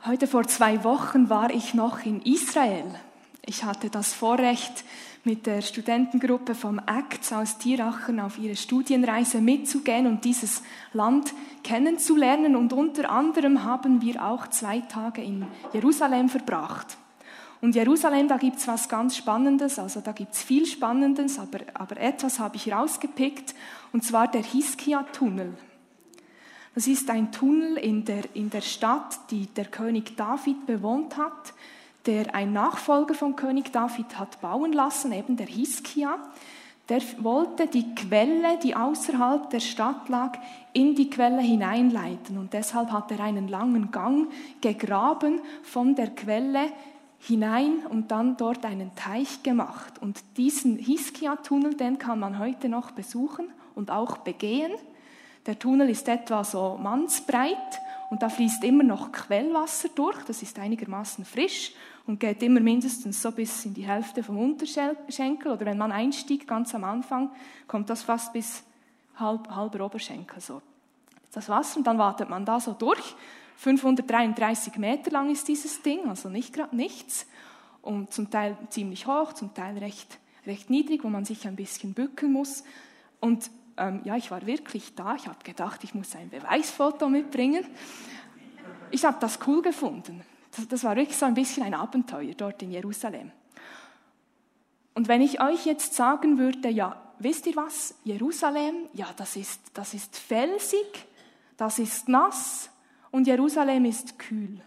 Heute vor 2 Wochen war ich noch in Israel. Ich hatte das Vorrecht, mit der Studentengruppe vom ACTS aus Tierachen auf ihre Studienreise mitzugehen und dieses Land kennenzulernen. Und unter anderem haben wir auch 2 Tage in Jerusalem verbracht. Und Jerusalem, da gibt's was ganz Spannendes, also da gibt's viel Spannendes, aber etwas habe ich rausgepickt, und zwar der Hiskia-Tunnel. Das ist ein Tunnel in der Stadt, die der König David bewohnt hat, der ein Nachfolger von König David hat bauen lassen, eben der Hiskia. Der wollte die Quelle, die außerhalb der Stadt lag, in die Quelle hineinleiten. Und deshalb hat er einen langen Gang gegraben von der Quelle hinein und dann dort einen Teich gemacht. Und diesen Hiskia-Tunnel, den kann man heute noch besuchen und auch begehen. Der Tunnel ist etwa so mannsbreit und da fließt immer noch Quellwasser durch. Das ist einigermaßen frisch und geht immer mindestens so bis in die Hälfte vom Unterschenkel. Oder wenn man einstiegt, ganz am Anfang, kommt das fast bis halber Oberschenkel. So. Das Wasser, und dann wartet man da so durch. 533 Meter lang ist dieses Ding, also nicht gerade nichts. Und zum Teil ziemlich hoch, zum Teil recht niedrig, wo man sich ein bisschen bücken muss. Und ich war wirklich da. Ich habe gedacht, ich muss ein Beweisfoto mitbringen. Ich habe das cool gefunden. Das war wirklich so ein bisschen ein Abenteuer dort in Jerusalem. Und wenn ich euch jetzt sagen würde, ja, wisst ihr was? Jerusalem, ja, das ist felsig, das ist nass und Jerusalem ist kühl.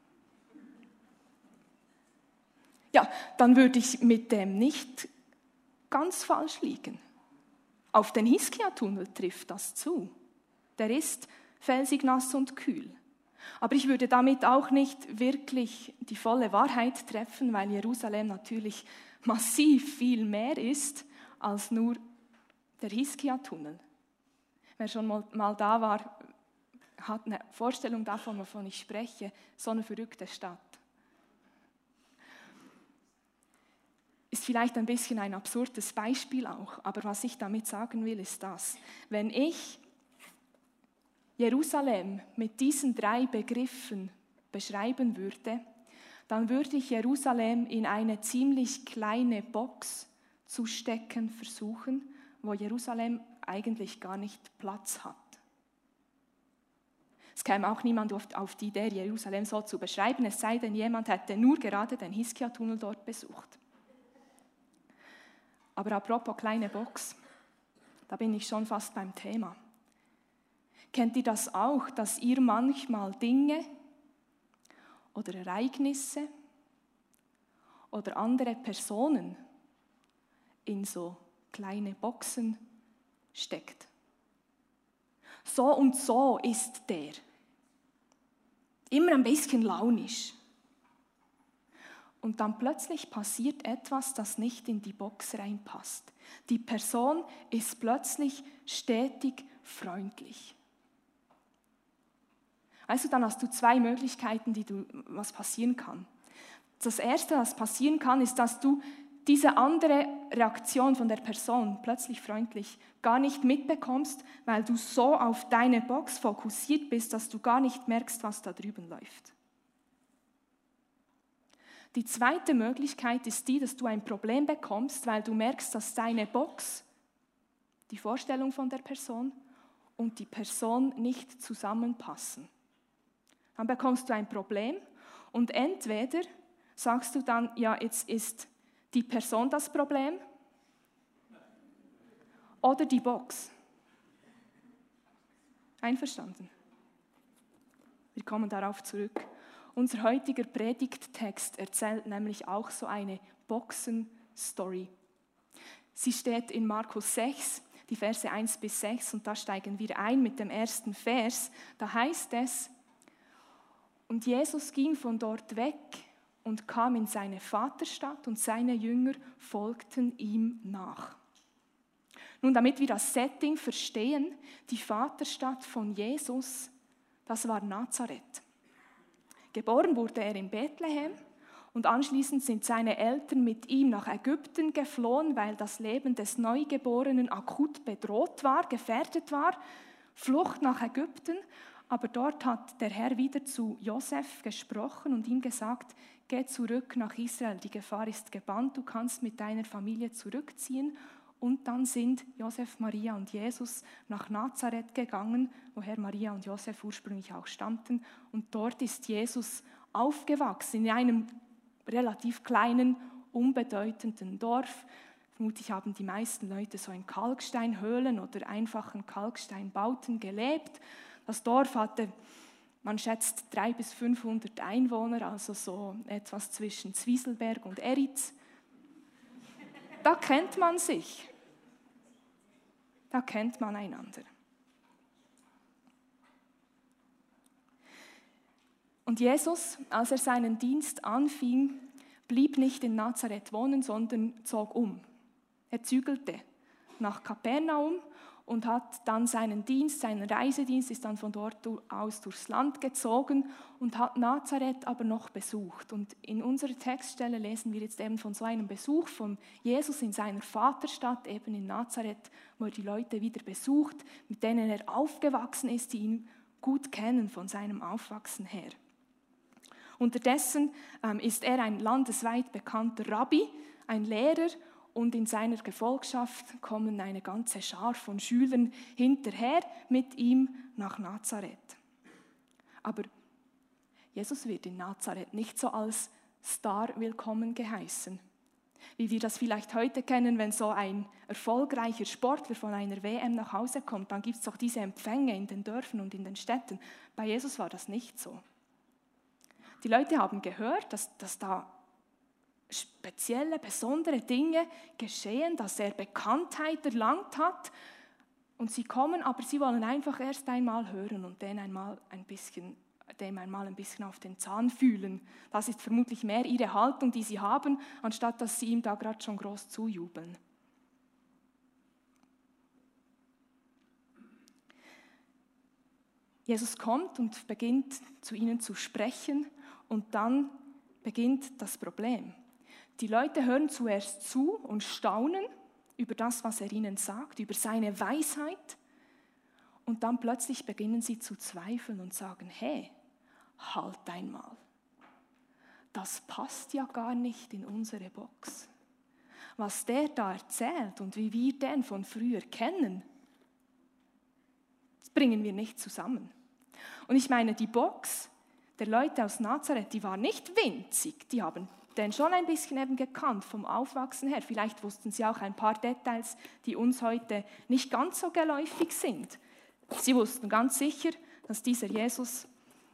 Ja, dann würde ich mit dem nicht ganz falsch liegen. Auf den Hiskia-Tunnel trifft das zu. Der ist felsig, nass und kühl. Aber ich würde damit auch nicht wirklich die volle Wahrheit treffen, weil Jerusalem natürlich massiv viel mehr ist als nur der Hiskia-Tunnel. Wer schon mal da war, hat eine Vorstellung davon, wovon ich spreche. So eine verrückte Stadt. Ist vielleicht ein bisschen ein absurdes Beispiel auch, aber was ich damit sagen will, ist das. Wenn ich Jerusalem mit diesen 3 Begriffen beschreiben würde, dann würde ich Jerusalem in eine ziemlich kleine Box zu stecken versuchen, wo Jerusalem eigentlich gar nicht Platz hat. Es käme auch niemand auf die Idee, Jerusalem so zu beschreiben, es sei denn, jemand hätte nur gerade den Hiskia-Tunnel dort besucht. Aber apropos kleine Box, da bin ich schon fast beim Thema. Kennt ihr das auch, dass ihr manchmal Dinge oder Ereignisse oder andere Personen in so kleine Boxen steckt? So und so ist der. Immer ein bisschen launisch. Und dann plötzlich passiert etwas, das nicht in die Box reinpasst. Die Person ist plötzlich stetig freundlich. Also dann hast du 2 Möglichkeiten, was passieren kann. Das Erste, was passieren kann, ist, dass du diese andere Reaktion von der Person, plötzlich freundlich, gar nicht mitbekommst, weil du so auf deine Box fokussiert bist, dass du gar nicht merkst, was da drüben läuft. Die zweite Möglichkeit ist die, dass du ein Problem bekommst, weil du merkst, dass deine Box, die Vorstellung von der Person und die Person nicht zusammenpassen. Dann bekommst du ein Problem und entweder sagst du dann, ja, jetzt ist die Person das Problem oder die Box. Einverstanden? Wir kommen darauf zurück. Unser heutiger Predigttext erzählt nämlich auch so eine Boxen-Story. Sie steht in Markus 6, die Verse 1-6, und da steigen wir ein mit dem ersten Vers. Da heißt es: Und Jesus ging von dort weg und kam in seine Vaterstadt und seine Jünger folgten ihm nach. Nun, damit wir das Setting verstehen, die Vaterstadt von Jesus, das war Nazareth. Geboren wurde er in Bethlehem und anschließend sind seine Eltern mit ihm nach Ägypten geflohen, weil das Leben des Neugeborenen akut bedroht war, gefährdet war. Flucht nach Ägypten. Aber dort hat der Herr wieder zu Josef gesprochen und ihm gesagt, geh zurück nach Israel, die Gefahr ist gebannt, du kannst mit deiner Familie zurückziehen. Und dann sind Josef, Maria und Jesus nach Nazareth gegangen, woher Maria und Josef ursprünglich auch stammten. Und dort ist Jesus aufgewachsen, in einem relativ kleinen, unbedeutenden Dorf. Vermutlich haben die meisten Leute so in Kalksteinhöhlen oder einfachen Kalksteinbauten gelebt. Das Dorf hatte, man schätzt, 300 bis 500 Einwohner, also so etwas zwischen Zwieselberg und Eritz. Da kennt man sich. Da kennt man einander. Und Jesus, als er seinen Dienst anfing, blieb nicht in Nazareth wohnen, sondern zog um. Er zügelte nach Kapernaum und hat dann seinen Reisedienst, ist dann von dort aus durchs Land gezogen und hat Nazareth aber noch besucht. Und in unserer Textstelle lesen wir jetzt eben von so einem Besuch von Jesus in seiner Vaterstadt, eben in Nazareth, wo er die Leute wieder besucht, mit denen er aufgewachsen ist, die ihn gut kennen von seinem Aufwachsen her. Unterdessen ist er ein landesweit bekannter Rabbi, ein Lehrer, und in seiner Gefolgschaft kommen eine ganze Schar von Schülern hinterher mit ihm nach Nazareth. Aber Jesus wird in Nazareth nicht so als Star willkommen geheißen, wie wir das vielleicht heute kennen, wenn so ein erfolgreicher Sportler von einer WM nach Hause kommt, dann gibt es doch diese Empfänge in den Dörfern und in den Städten. Bei Jesus war das nicht so. Die Leute haben gehört, dass da spezielle, besondere Dinge geschehen, dass er Bekanntheit erlangt hat. Und sie kommen, aber sie wollen einfach erst einmal hören und dem einmal ein bisschen auf den Zahn fühlen. Das ist vermutlich mehr ihre Haltung, die sie haben, anstatt dass sie ihm da gerade schon groß zujubeln. Jesus kommt und beginnt zu ihnen zu sprechen und dann beginnt das Problem. Die Leute hören zuerst zu und staunen über das, was er ihnen sagt, über seine Weisheit. Und dann plötzlich beginnen sie zu zweifeln und sagen, hey, halt einmal, das passt ja gar nicht in unsere Box. Was der da erzählt und wie wir den von früher kennen, das bringen wir nicht zusammen. Und ich meine, die Box der Leute aus Nazareth, die war nicht winzig, die haben den schon ein bisschen eben gekannt vom Aufwachsen her. Vielleicht wussten sie auch ein paar Details, die uns heute nicht ganz so geläufig sind. Sie wussten ganz sicher, dass dieser Jesus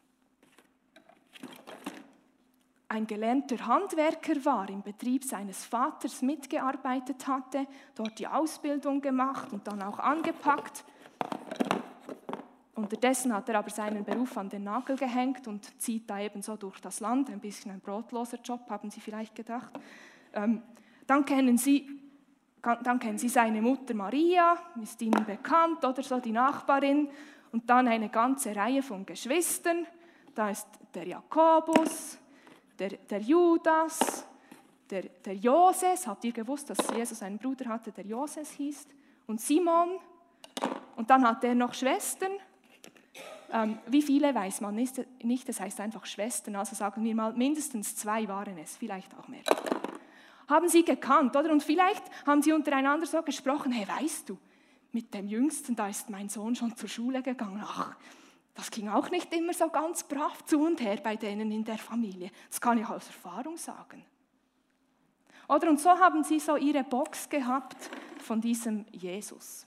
ein gelernter Handwerker war, im Betrieb seines Vaters mitgearbeitet hatte, dort die Ausbildung gemacht und dann auch angepackt. Unterdessen hat er aber seinen Beruf an den Nagel gehängt und zieht da eben so durch das Land, ein bisschen ein brotloser Job, haben Sie vielleicht gedacht. Dann kennen Sie seine Mutter Maria, ist Ihnen bekannt, oder so die Nachbarin, und dann eine ganze Reihe von Geschwistern. Da ist der Jakobus, der Judas, der Joses. Habt ihr gewusst, dass Jesus einen Bruder hatte, der Joses hieß? Und Simon. Und dann hat er noch Schwestern. Wie viele weiß man nicht, das heißt einfach Schwestern, also sagen wir mal, mindestens 2 waren es, vielleicht auch mehr. Haben sie gekannt, oder? Und vielleicht haben sie untereinander so gesprochen, hey, weißt du, mit dem Jüngsten, da ist mein Sohn schon zur Schule gegangen. Ach, das ging auch nicht immer so ganz brav zu und her bei denen in der Familie. Das kann ich aus Erfahrung sagen. Oder? Und so haben sie so ihre Box gehabt von diesem Jesus.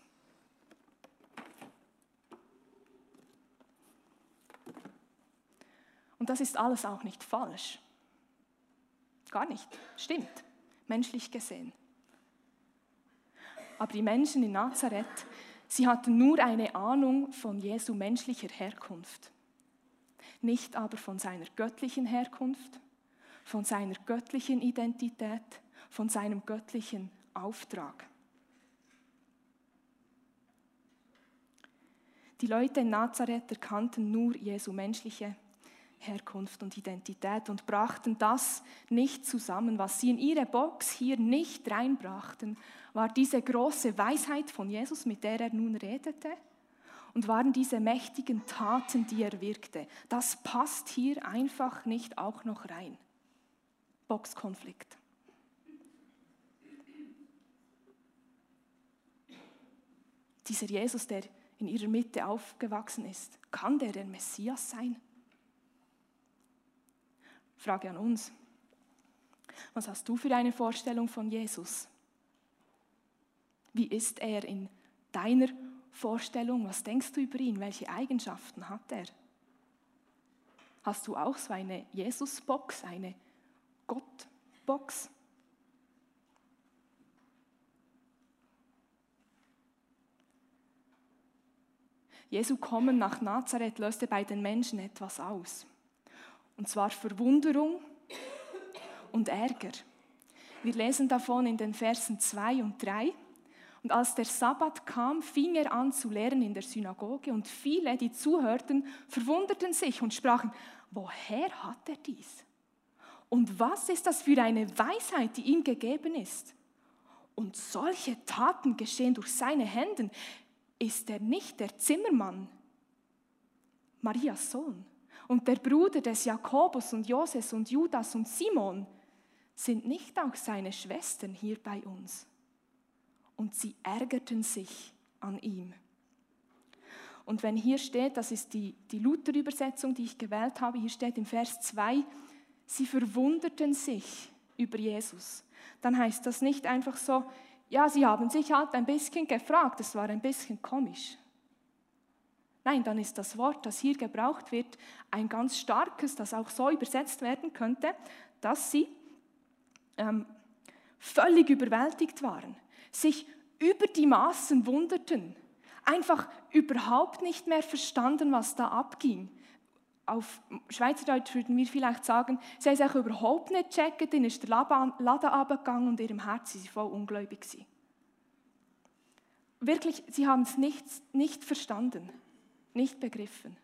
Und das ist alles auch nicht falsch. Gar nicht. Stimmt. Menschlich gesehen. Aber die Menschen in Nazareth, sie hatten nur eine Ahnung von Jesu menschlicher Herkunft. Nicht aber von seiner göttlichen Herkunft, von seiner göttlichen Identität, von seinem göttlichen Auftrag. Die Leute in Nazareth erkannten nur Jesu menschliche Herkunft und Identität und brachten das nicht zusammen. Was sie in ihre Box hier nicht reinbrachten, war diese große Weisheit von Jesus, mit der er nun redete, und waren diese mächtigen Taten, die er wirkte. Das passt hier einfach nicht auch noch rein. Boxkonflikt. Dieser Jesus, der in ihrer Mitte aufgewachsen ist, kann der Messias sein? Frage an uns. Was hast du für eine Vorstellung von Jesus? Wie ist er in deiner Vorstellung? Was denkst du über ihn? Welche Eigenschaften hat er? Hast du auch so eine Jesus-Box, eine Gott-Box? Jesu Kommen nach Nazareth löste bei den Menschen etwas aus. Und zwar Verwunderung und Ärger. Wir lesen davon in den Versen 2 und 3. Und als der Sabbat kam, fing er an zu lehren in der Synagoge und viele, die zuhörten, verwunderten sich und sprachen, woher hat er dies? Und was ist das für eine Weisheit, die ihm gegeben ist? Und solche Taten geschehen durch seine Hände. Ist er nicht der Zimmermann, Marias Sohn? Und der Bruder des Jakobus und Joses und Judas und Simon, sind nicht auch seine Schwestern hier bei uns? Und sie ärgerten sich an ihm. Und wenn hier steht, das ist die Luther-Übersetzung, die ich gewählt habe, hier steht im Vers 2, sie verwunderten sich über Jesus. Dann heißt das nicht einfach so, ja, sie haben sich halt ein bisschen gefragt, es war ein bisschen komisch. Nein, dann ist das Wort, das hier gebraucht wird, ein ganz starkes, das auch so übersetzt werden könnte, dass sie völlig überwältigt waren, sich über die Maßen wunderten, einfach überhaupt nicht mehr verstanden, was da abging. Auf Schweizerdeutsch würden wir vielleicht sagen, sie haben sich überhaupt nicht gecheckt, dann ist der Laden runtergegangen und in ihrem Herz waren sie voll ungläubig gewesen. Wirklich, sie haben es nicht verstanden, nicht begriffen.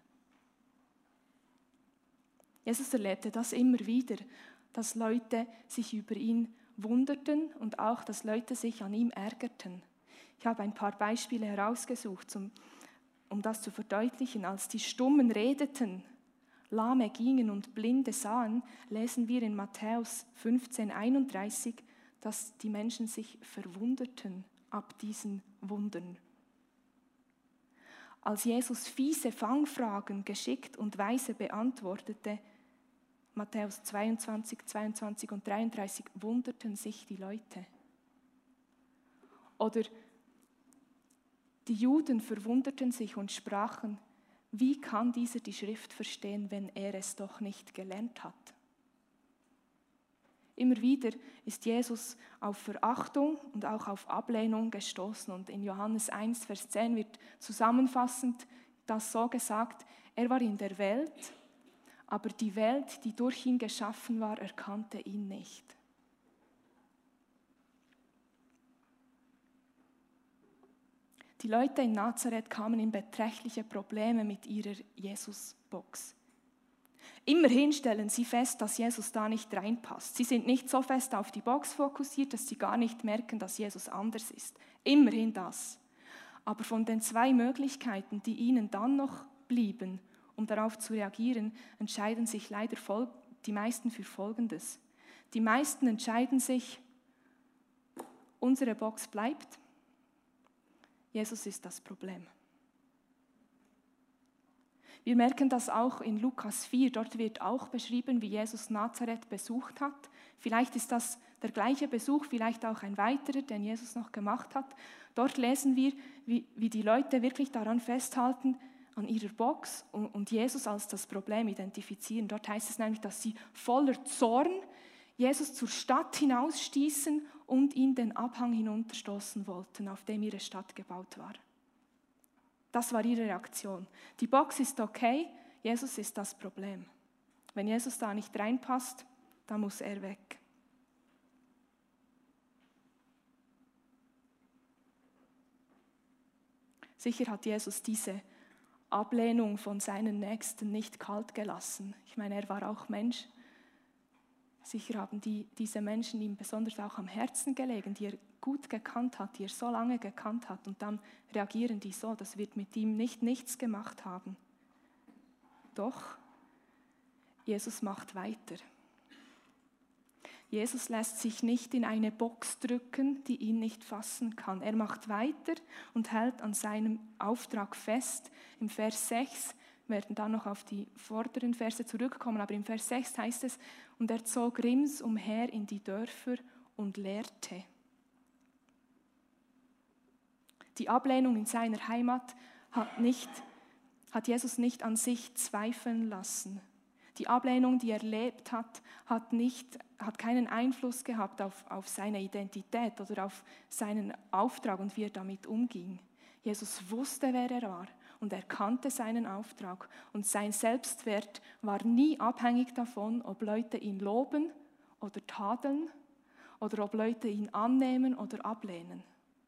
Jesus erlebte das immer wieder, dass Leute sich über ihn wunderten und auch, dass Leute sich an ihm ärgerten. Ich habe ein paar Beispiele herausgesucht, um das zu verdeutlichen. Als die Stummen redeten, Lahme gingen und Blinde sahen, lesen wir in Matthäus 15,31, dass die Menschen sich verwunderten ab diesen Wundern. Als Jesus fiese Fangfragen geschickt und weise beantwortete, Matthäus 22 und 33, wunderten sich die Leute. Oder die Juden verwunderten sich und sprachen, wie kann dieser die Schrift verstehen, wenn er es doch nicht gelernt hat? Immer wieder ist Jesus auf Verachtung und auch auf Ablehnung gestoßen. Und in Johannes 1, Vers 10 wird zusammenfassend das so gesagt, er war in der Welt, aber die Welt, die durch ihn geschaffen war, erkannte ihn nicht. Die Leute in Nazareth kamen in beträchtliche Probleme mit ihrer Jesus-Box. Immerhin stellen sie fest, dass Jesus da nicht reinpasst. Sie sind nicht so fest auf die Box fokussiert, dass sie gar nicht merken, dass Jesus anders ist. Immerhin das. Aber von den 2 Möglichkeiten, die ihnen dann noch blieben, um darauf zu reagieren, entscheiden sich leider die meisten für Folgendes. Die meisten entscheiden sich, unsere Box bleibt, Jesus ist das Problem. Wir merken das auch in Lukas 4, dort wird auch beschrieben, wie Jesus Nazareth besucht hat. Vielleicht ist das der gleiche Besuch, vielleicht auch ein weiterer, den Jesus noch gemacht hat. Dort lesen wir, wie die Leute wirklich daran festhalten, an ihrer Box und Jesus als das Problem identifizieren. Dort heißt es nämlich, dass sie voller Zorn Jesus zur Stadt hinausstießen und ihn den Abhang hinunterstoßen wollten, auf dem ihre Stadt gebaut war. Das war ihre Reaktion. Die Box ist okay, Jesus ist das Problem. Wenn Jesus da nicht reinpasst, dann muss er weg. Sicher hat Jesus diese Ablehnung von seinen Nächsten nicht kalt gelassen. Ich meine, er war auch Mensch. Sicher haben diese Menschen ihm besonders auch am Herzen gelegen, die er gut gekannt hat, die er so lange gekannt hat. Und dann reagieren die so, das wird mit ihm nichts gemacht haben. Doch, Jesus macht weiter. Jesus lässt sich nicht in eine Box drücken, die ihn nicht fassen kann. Er macht weiter und hält an seinem Auftrag fest. Im Vers 6 werden dann noch auf die vorderen Verse zurückkommen, aber im Vers 6 heißt es, und er zog ringsumher in die Dörfer und lehrte. Die Ablehnung in seiner Heimat hat Jesus nicht an sich zweifeln lassen. Die Ablehnung, die er erlebt hat, hat keinen Einfluss gehabt auf seine Identität oder auf seinen Auftrag und wie er damit umging. Jesus wusste, wer er war und er kannte seinen Auftrag. Und sein Selbstwert war nie abhängig davon, ob Leute ihn loben oder tadeln oder ob Leute ihn annehmen oder ablehnen.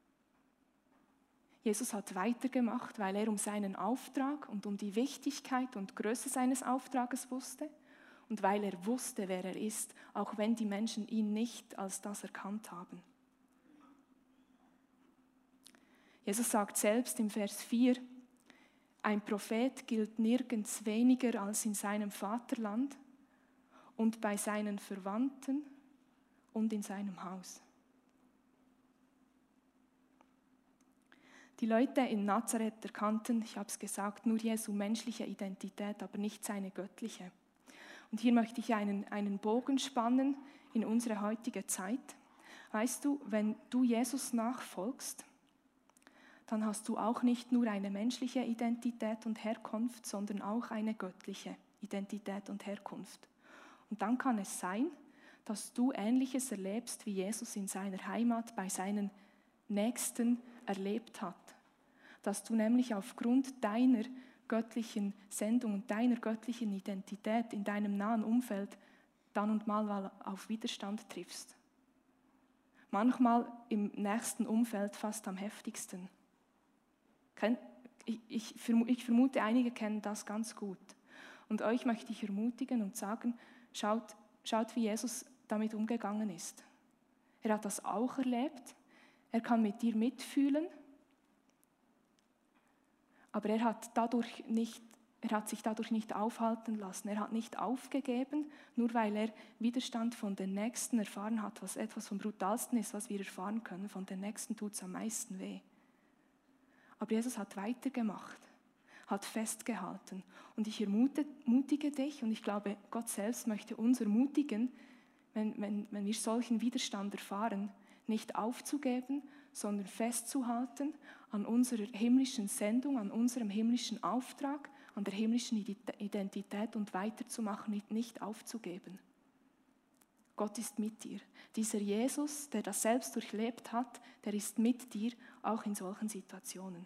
Jesus hat weitergemacht, weil er um seinen Auftrag und um die Wichtigkeit und Größe seines Auftrages wusste und weil er wusste, wer er ist, auch wenn die Menschen ihn nicht als das erkannt haben. Jesus sagt selbst im Vers 4, ein Prophet gilt nirgends weniger als in seinem Vaterland und bei seinen Verwandten und in seinem Haus. Die Leute in Nazareth erkannten, ich habe es gesagt, nur Jesu menschliche Identität, aber nicht seine göttliche. Und hier möchte ich einen Bogen spannen in unsere heutige Zeit. Weißt du, wenn du Jesus nachfolgst, dann hast du auch nicht nur eine menschliche Identität und Herkunft, sondern auch eine göttliche Identität und Herkunft. Und dann kann es sein, dass du Ähnliches erlebst, wie Jesus in seiner Heimat bei seinen Nächsten erlebt hat. Dass du nämlich aufgrund deiner göttlichen Sendung und deiner göttlichen Identität in deinem nahen Umfeld dann und mal auf Widerstand triffst. Manchmal im nächsten Umfeld fast am heftigsten. Ich vermute, einige kennen das ganz gut. Und euch möchte ich ermutigen und sagen, schaut, wie Jesus damit umgegangen ist. Er hat das auch erlebt. Er kann mit dir mitfühlen, aber er hat sich dadurch nicht aufhalten lassen. Er hat nicht aufgegeben, nur weil er Widerstand von den Nächsten erfahren hat, was etwas vom Brutalsten ist, was wir erfahren können. Von den Nächsten tut es am meisten weh. Aber Jesus hat weitergemacht, hat festgehalten. Und ich ermutige dich, und ich glaube, Gott selbst möchte uns ermutigen, wenn wir solchen Widerstand erfahren, nicht aufzugeben, sondern festzuhalten an unserer himmlischen Sendung, an unserem himmlischen Auftrag, an der himmlischen Identität und weiterzumachen, nicht aufzugeben. Gott ist mit dir. Dieser Jesus, der das selbst durchlebt hat, der ist mit dir, auch in solchen Situationen.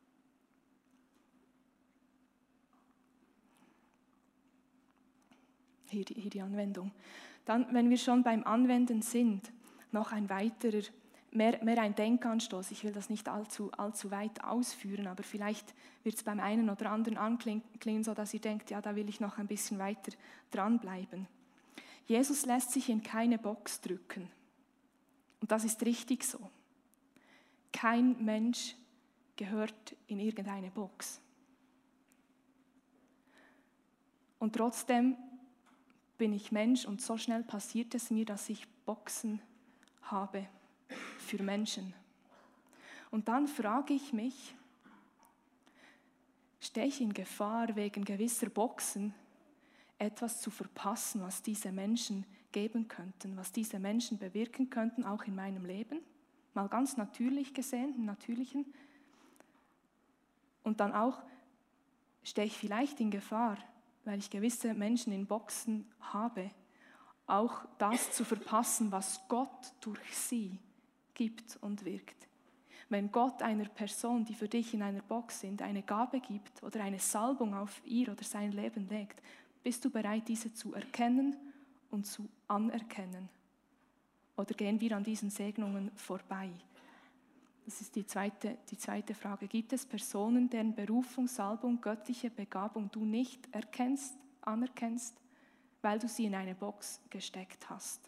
Hier die Anwendung. Dann, wenn wir schon beim Anwenden sind, noch ein weiterer, mehr ein Denkanstoß. Ich will das nicht allzu weit ausführen, aber vielleicht wird es beim einen oder anderen anklingen, sodass ihr denkt, ja, da will ich noch ein bisschen weiter dranbleiben. Jesus lässt sich in keine Box drücken. Und das ist richtig so. Kein Mensch gehört in irgendeine Box. Und trotzdem bin ich Mensch und so schnell passiert es mir, dass ich Boxen habe für Menschen. Und dann frage ich mich, stehe ich in Gefahr, wegen gewisser Boxen etwas zu verpassen, was diese Menschen geben könnten, was diese Menschen bewirken könnten, auch in meinem Leben, mal ganz natürlich gesehen, im Natürlichen. Und dann auch, stehe ich vielleicht in Gefahr, weil ich gewisse Menschen in Boxen habe, auch das zu verpassen, was Gott durch sie gibt und wirkt. Wenn Gott einer Person, die für dich in einer Box sind, eine Gabe gibt oder eine Salbung auf ihr oder sein Leben legt, bist du bereit, diese zu erkennen und zu anerkennen? Oder gehen wir an diesen Segnungen vorbei? Das ist die zweite Frage. Gibt es Personen, deren Berufung, Salbung, göttliche Begabung du nicht anerkennst, weil du sie in eine Box gesteckt hast.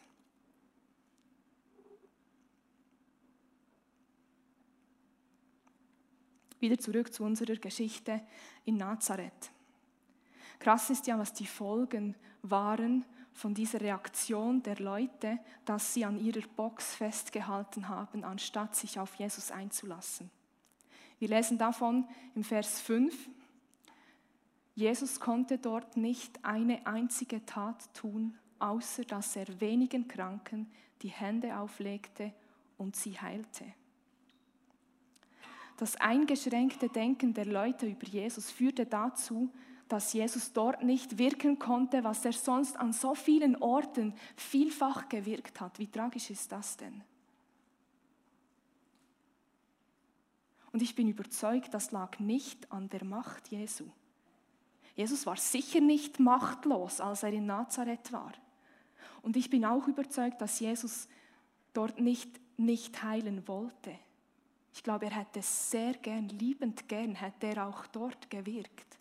Wieder zurück zu unserer Geschichte in Nazareth. Krass ist ja, was die Folgen waren von dieser Reaktion der Leute, dass sie an ihrer Box festgehalten haben, anstatt sich auf Jesus einzulassen. Wir lesen davon im Vers 5. Jesus konnte dort nicht eine einzige Tat tun, außer dass er wenigen Kranken die Hände auflegte und sie heilte. Das eingeschränkte Denken der Leute über Jesus führte dazu, dass Jesus dort nicht wirken konnte, was er sonst an so vielen Orten vielfach gewirkt hat. Wie tragisch ist das denn? Und ich bin überzeugt, das lag nicht an der Macht Jesu. Jesus war sicher nicht machtlos, als er in Nazareth war. Und ich bin auch überzeugt, dass Jesus dort nicht heilen wollte. Ich glaube, er hätte sehr gern, liebend gern, hätte er auch dort gewirkt.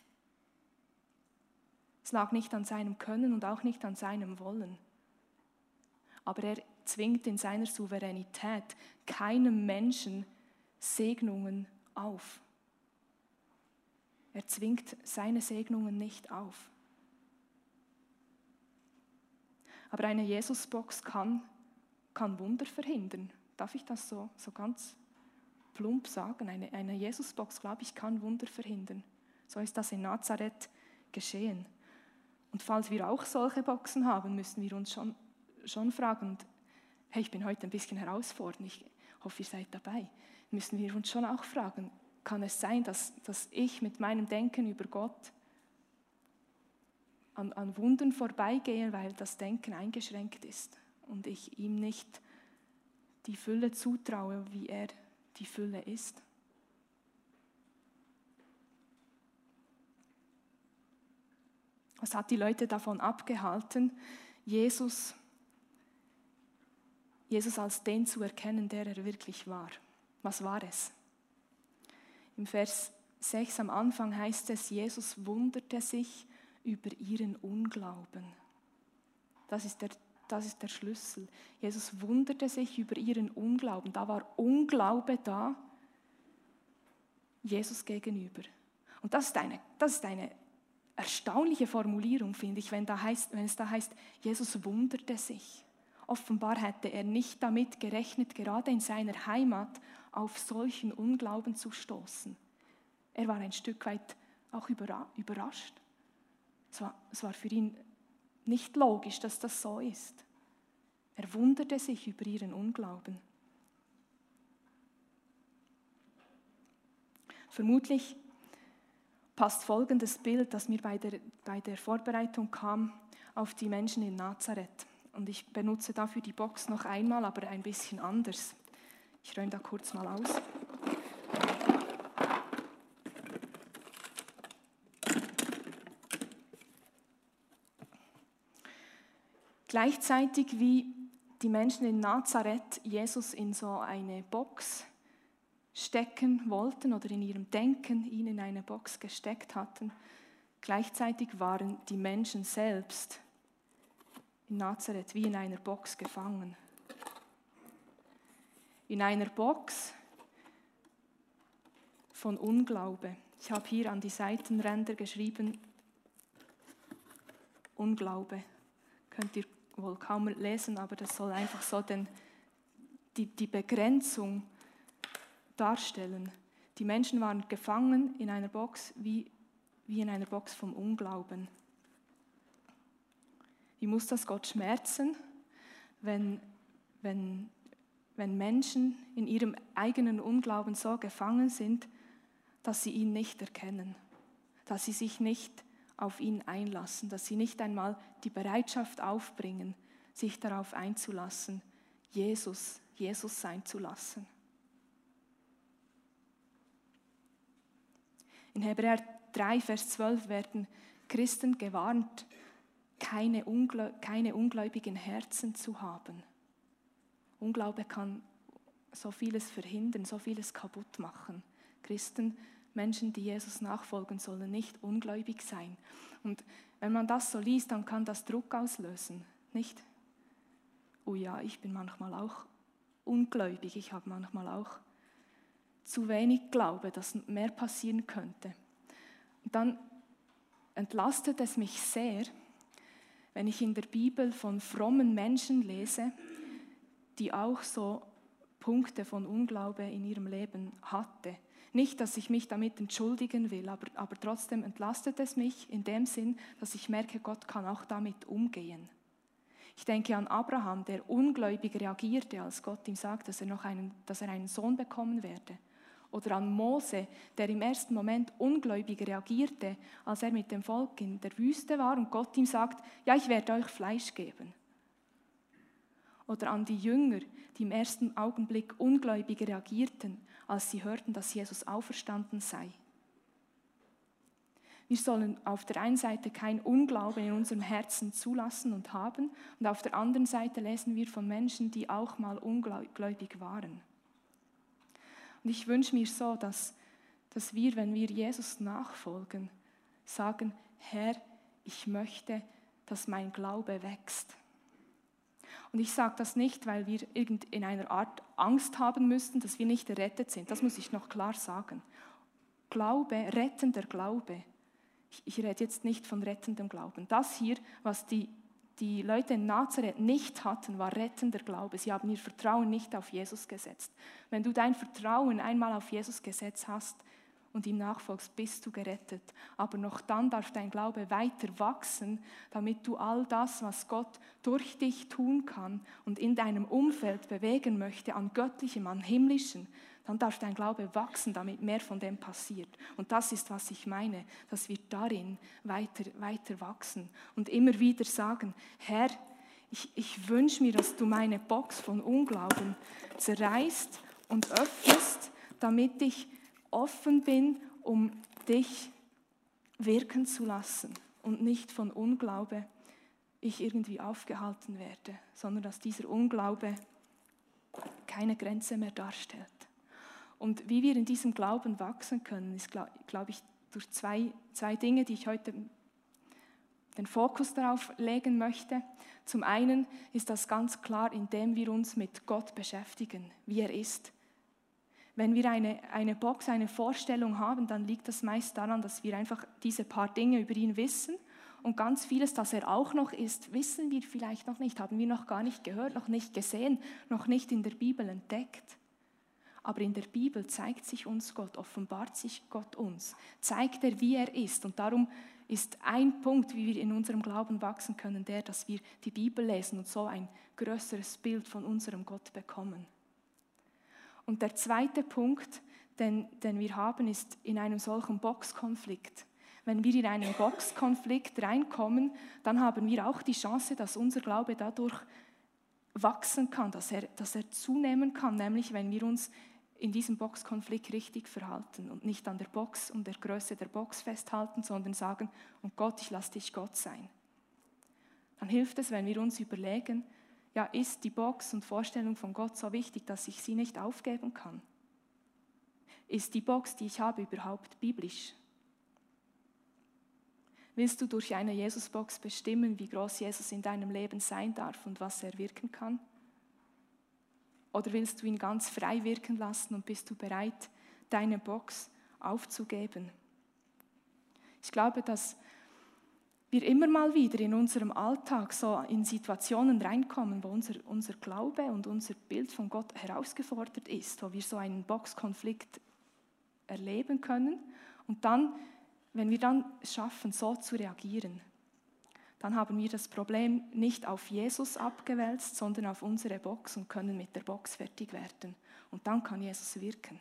Es lag nicht an seinem Können und auch nicht an seinem Wollen. Aber er zwingt in seiner Souveränität keinem Menschen Segnungen auf. Er zwingt seine Segnungen nicht auf. Aber eine Jesusbox kann Wunder verhindern. Darf ich das so ganz plump sagen? Eine Jesusbox, glaube ich, kann Wunder verhindern. So ist das in Nazareth geschehen. Und falls wir auch solche Boxen haben, müssen wir uns schon fragen, und hey, ich bin heute ein bisschen herausfordernd, ich hoffe, ihr seid dabei, müssen wir uns schon auch fragen, kann es sein, dass ich mit meinem Denken über Gott an Wundern vorbeigehe, weil das Denken eingeschränkt ist und ich ihm nicht die Fülle zutraue, wie er die Fülle ist? Was hat die Leute davon abgehalten, Jesus als den zu erkennen, der er wirklich war? Was war es? Im Vers 6 am Anfang heißt es, Jesus wunderte sich über ihren Unglauben. Das ist der Schlüssel. Jesus wunderte sich über ihren Unglauben. Da war Unglaube da, Jesus gegenüber. Und das ist eine erstaunliche Formulierung, finde ich, wenn es da heißt, Jesus wunderte sich. Offenbar hätte er nicht damit gerechnet, gerade in seiner Heimat auf solchen Unglauben zu stoßen. Er war ein Stück weit auch überrascht. Es war für ihn nicht logisch, dass das so ist. Er wunderte sich über ihren Unglauben. Vermutlich passt folgendes Bild, das mir bei der Vorbereitung kam, auf die Menschen in Nazareth. Und ich benutze dafür die Box noch einmal, aber ein bisschen anders. Ich räume da kurz mal aus. Gleichzeitig wie die Menschen in Nazareth Jesus in so eine Box stecken wollten oder in ihrem Denken ihn in eine Box gesteckt hatten, gleichzeitig waren die Menschen selbst in Nazareth wie in einer Box gefangen. In einer Box von Unglaube. Ich habe hier an die Seitenränder geschrieben, Unglaube. Könnt ihr wohl kaum lesen, aber das soll einfach so die Begrenzung darstellen. Die Menschen waren gefangen in einer Box wie in einer Box vom Unglauben. Wie muss das Gott schmerzen, wenn Menschen in ihrem eigenen Unglauben so gefangen sind, dass sie ihn nicht erkennen, dass sie sich nicht auf ihn einlassen, dass sie nicht einmal die Bereitschaft aufbringen, sich darauf einzulassen, Jesus sein zu lassen. In Hebräer 3, Vers 12 werden Christen gewarnt, keine ungläubigen Herzen zu haben. Unglaube kann so vieles verhindern, so vieles kaputt machen. Christen, Menschen, die Jesus nachfolgen, sollen nicht ungläubig sein. Und Wenn man das so liest, dann kann das Druck auslösen, nicht? Oh ja, ich bin manchmal auch ungläubig, ich habe manchmal auch zu wenig Glaube, dass mehr passieren könnte. Und dann entlastet es mich sehr, wenn ich in der Bibel von frommen Menschen lese, die auch so Punkte von Unglaube in ihrem Leben hatte. Nicht, dass ich mich damit entschuldigen will, aber trotzdem entlastet es mich in dem Sinn, dass ich merke, Gott kann auch damit umgehen. Ich denke an Abraham, der ungläubig reagierte, als Gott ihm sagt, dass er einen Sohn bekommen werde. Oder an Mose, der im ersten Moment ungläubig reagierte, als er mit dem Volk in der Wüste war und Gott ihm sagt, ja, ich werde euch Fleisch geben. Oder an die Jünger, die im ersten Augenblick ungläubig reagierten, als sie hörten, dass Jesus auferstanden sei. Wir sollen auf der einen Seite kein Unglauben in unserem Herzen zulassen und haben, und auf der anderen Seite lesen wir von Menschen, die auch mal ungläubig waren. Und ich wünsche mir so, dass wir, wenn wir Jesus nachfolgen, sagen, Herr, ich möchte, dass mein Glaube wächst. Und ich sage das nicht, weil wir in einer Art Angst haben müssten, dass wir nicht errettet sind. Das muss ich noch klar sagen. Glaube, rettender Glaube. Ich rede jetzt nicht von rettendem Glauben. Das hier, was die Leute in Nazareth nicht hatten, war rettender Glaube. Sie haben ihr Vertrauen nicht auf Jesus gesetzt. Wenn du dein Vertrauen einmal auf Jesus gesetzt hast und ihm nachfolgst, bist du gerettet. Aber noch dann darf dein Glaube weiter wachsen, damit du all das, was Gott durch dich tun kann und in deinem Umfeld bewegen möchte, an Göttlichem, an Himmlischem, dann darf dein Glaube wachsen, damit mehr von dem passiert. Und das ist, was ich meine, dass wir darin weiter wachsen und immer wieder sagen, Herr, ich wünsche mir, dass du meine Box von Unglauben zerreißt und öffnest, damit ich offen bin, um dich wirken zu lassen und nicht von Unglaube ich irgendwie aufgehalten werde, sondern dass dieser Unglaube keine Grenze mehr darstellt. Und wie wir in diesem Glauben wachsen können, ist, glaube ich, durch zwei Dinge, die ich heute den Fokus darauf legen möchte. Zum einen ist das ganz klar, indem wir uns mit Gott beschäftigen, wie er ist. Wenn wir eine Box, eine Vorstellung haben, dann liegt das meist daran, dass wir einfach diese paar Dinge über ihn wissen. Und ganz vieles, das er auch noch ist, wissen wir vielleicht noch nicht, haben wir noch gar nicht gehört, noch nicht gesehen, noch nicht in der Bibel entdeckt. Aber in der Bibel zeigt sich uns Gott, offenbart sich Gott uns, zeigt er, wie er ist. Und darum ist ein Punkt, wie wir in unserem Glauben wachsen können, der, dass wir die Bibel lesen und so ein größeres Bild von unserem Gott bekommen. Und der zweite Punkt, den wir haben, ist in einem solchen Boxkonflikt. Wenn wir in einen Boxkonflikt reinkommen, dann haben wir auch die Chance, dass unser Glaube dadurch wachsen kann, dass er zunehmen kann, nämlich wenn wir uns in diesem Boxkonflikt richtig verhalten und nicht an der Box und der Größe der Box festhalten, sondern sagen, und Gott, ich lasse dich Gott sein. Dann hilft es, wenn wir uns überlegen, ja, ist die Box und Vorstellung von Gott so wichtig, dass ich sie nicht aufgeben kann? Ist die Box, die ich habe, überhaupt biblisch? Willst du durch eine Jesusbox bestimmen, wie groß Jesus in deinem Leben sein darf und was er wirken kann? Oder willst du ihn ganz frei wirken lassen und bist du bereit, deine Box aufzugeben? Ich glaube, dass wir immer mal wieder in unserem Alltag so in Situationen reinkommen, wo unser Glaube und unser Bild von Gott herausgefordert ist, wo wir so einen Boxkonflikt erleben können. Und dann, wenn wir dann schaffen, so zu reagieren, dann haben wir das Problem nicht auf Jesus abgewälzt, sondern auf unsere Box und können mit der Box fertig werden. Und dann kann Jesus wirken.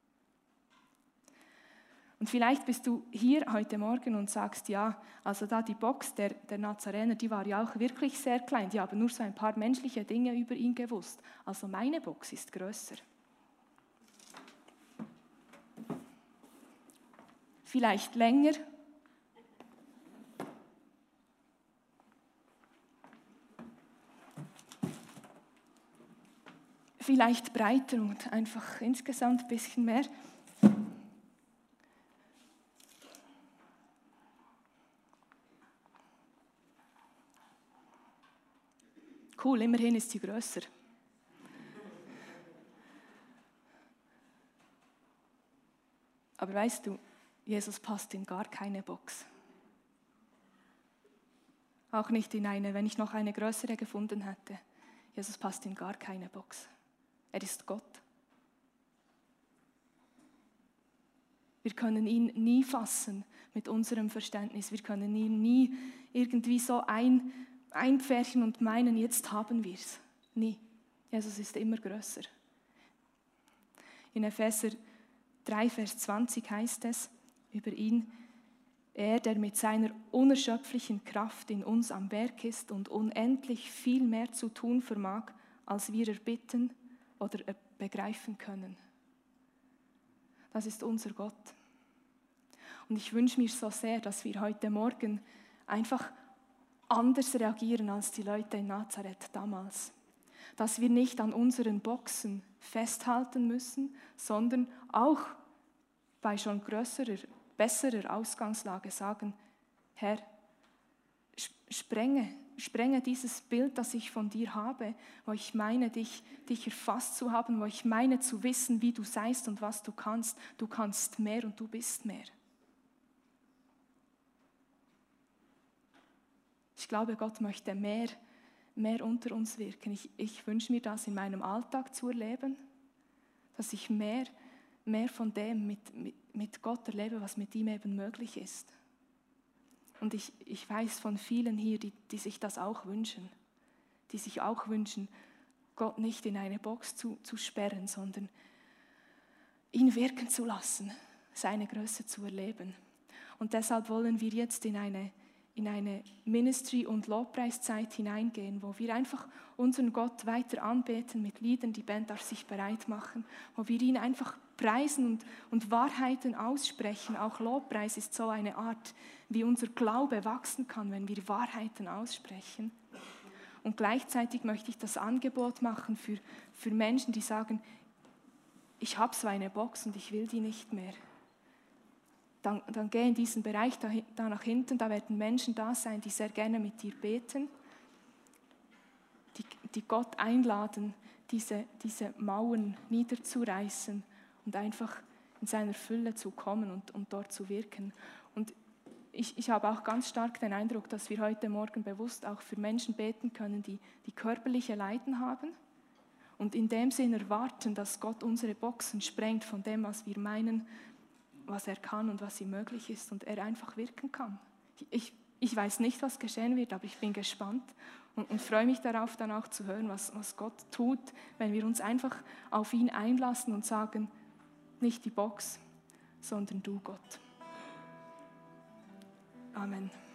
Und vielleicht bist du hier heute Morgen und sagst, ja, also da die Box der Nazarener, die war ja auch wirklich sehr klein. Die haben nur so ein paar menschliche Dinge über ihn gewusst. Also meine Box ist größer. Vielleicht länger. Vielleicht breiter und einfach insgesamt ein bisschen mehr. Cool, immerhin ist sie grösser. Aber weißt du, Jesus passt in gar keine Box. Auch nicht in eine, wenn ich noch eine größere gefunden hätte. Jesus passt in gar keine Box. Er ist Gott. Wir können ihn nie fassen mit unserem Verständnis. Wir können ihn nie irgendwie so einpferchen und meinen, jetzt haben wir es. Nie. Jesus ist immer größer. In Epheser 3, Vers 20 heißt es über ihn, er, der mit seiner unerschöpflichen Kraft in uns am Werk ist und unendlich viel mehr zu tun vermag, als wir erbitten oder begreifen können. Das ist unser Gott. Und ich wünsche mir so sehr, dass wir heute Morgen einfach anders reagieren als die Leute in Nazareth damals. Dass wir nicht an unseren Boxen festhalten müssen, sondern auch bei schon größerer, besserer Ausgangslage sagen, Herr, sprenge dieses Bild, das ich von dir habe, wo ich meine, dich erfasst zu haben, wo ich meine zu wissen, wie du seist und was du kannst. Du kannst mehr und du bist mehr. Ich glaube, Gott möchte mehr unter uns wirken. Ich wünsche mir das in meinem Alltag zu erleben, dass ich mehr von dem mit Gott erlebe, was mit ihm eben möglich ist. Und ich weiß von vielen hier, die sich das auch wünschen, die sich auch wünschen, Gott nicht in eine Box zu sperren, sondern ihn wirken zu lassen, seine Größe zu erleben. Und deshalb wollen wir jetzt in eine Ministry- und Lobpreiszeit hineingehen, wo wir einfach unseren Gott weiter anbeten mit Liedern, die Band darf sich bereit machen, wo wir ihn einfach preisen und Wahrheiten aussprechen. Auch Lobpreis ist so eine Art, wie unser Glaube wachsen kann, wenn wir Wahrheiten aussprechen. Und gleichzeitig möchte ich das Angebot machen für Menschen, die sagen, ich habe so eine Box und ich will die nicht mehr. Dann geh in diesen Bereich da nach hinten, da werden Menschen da sein, die sehr gerne mit dir beten, die Gott einladen, diese Mauern niederzureißen und einfach in seiner Fülle zu kommen und dort zu wirken. Und ich habe auch ganz stark den Eindruck, dass wir heute Morgen bewusst auch für Menschen beten können, die körperliche Leiden haben und in dem Sinn erwarten, dass Gott unsere Boxen sprengt von dem, was wir meinen, was er kann und was ihm möglich ist und er einfach wirken kann. Ich weiß nicht, was geschehen wird, aber ich bin gespannt und freue mich darauf, dann auch zu hören, was Gott tut, wenn wir uns einfach auf ihn einlassen und sagen, nicht die Box, sondern du, Gott. Amen.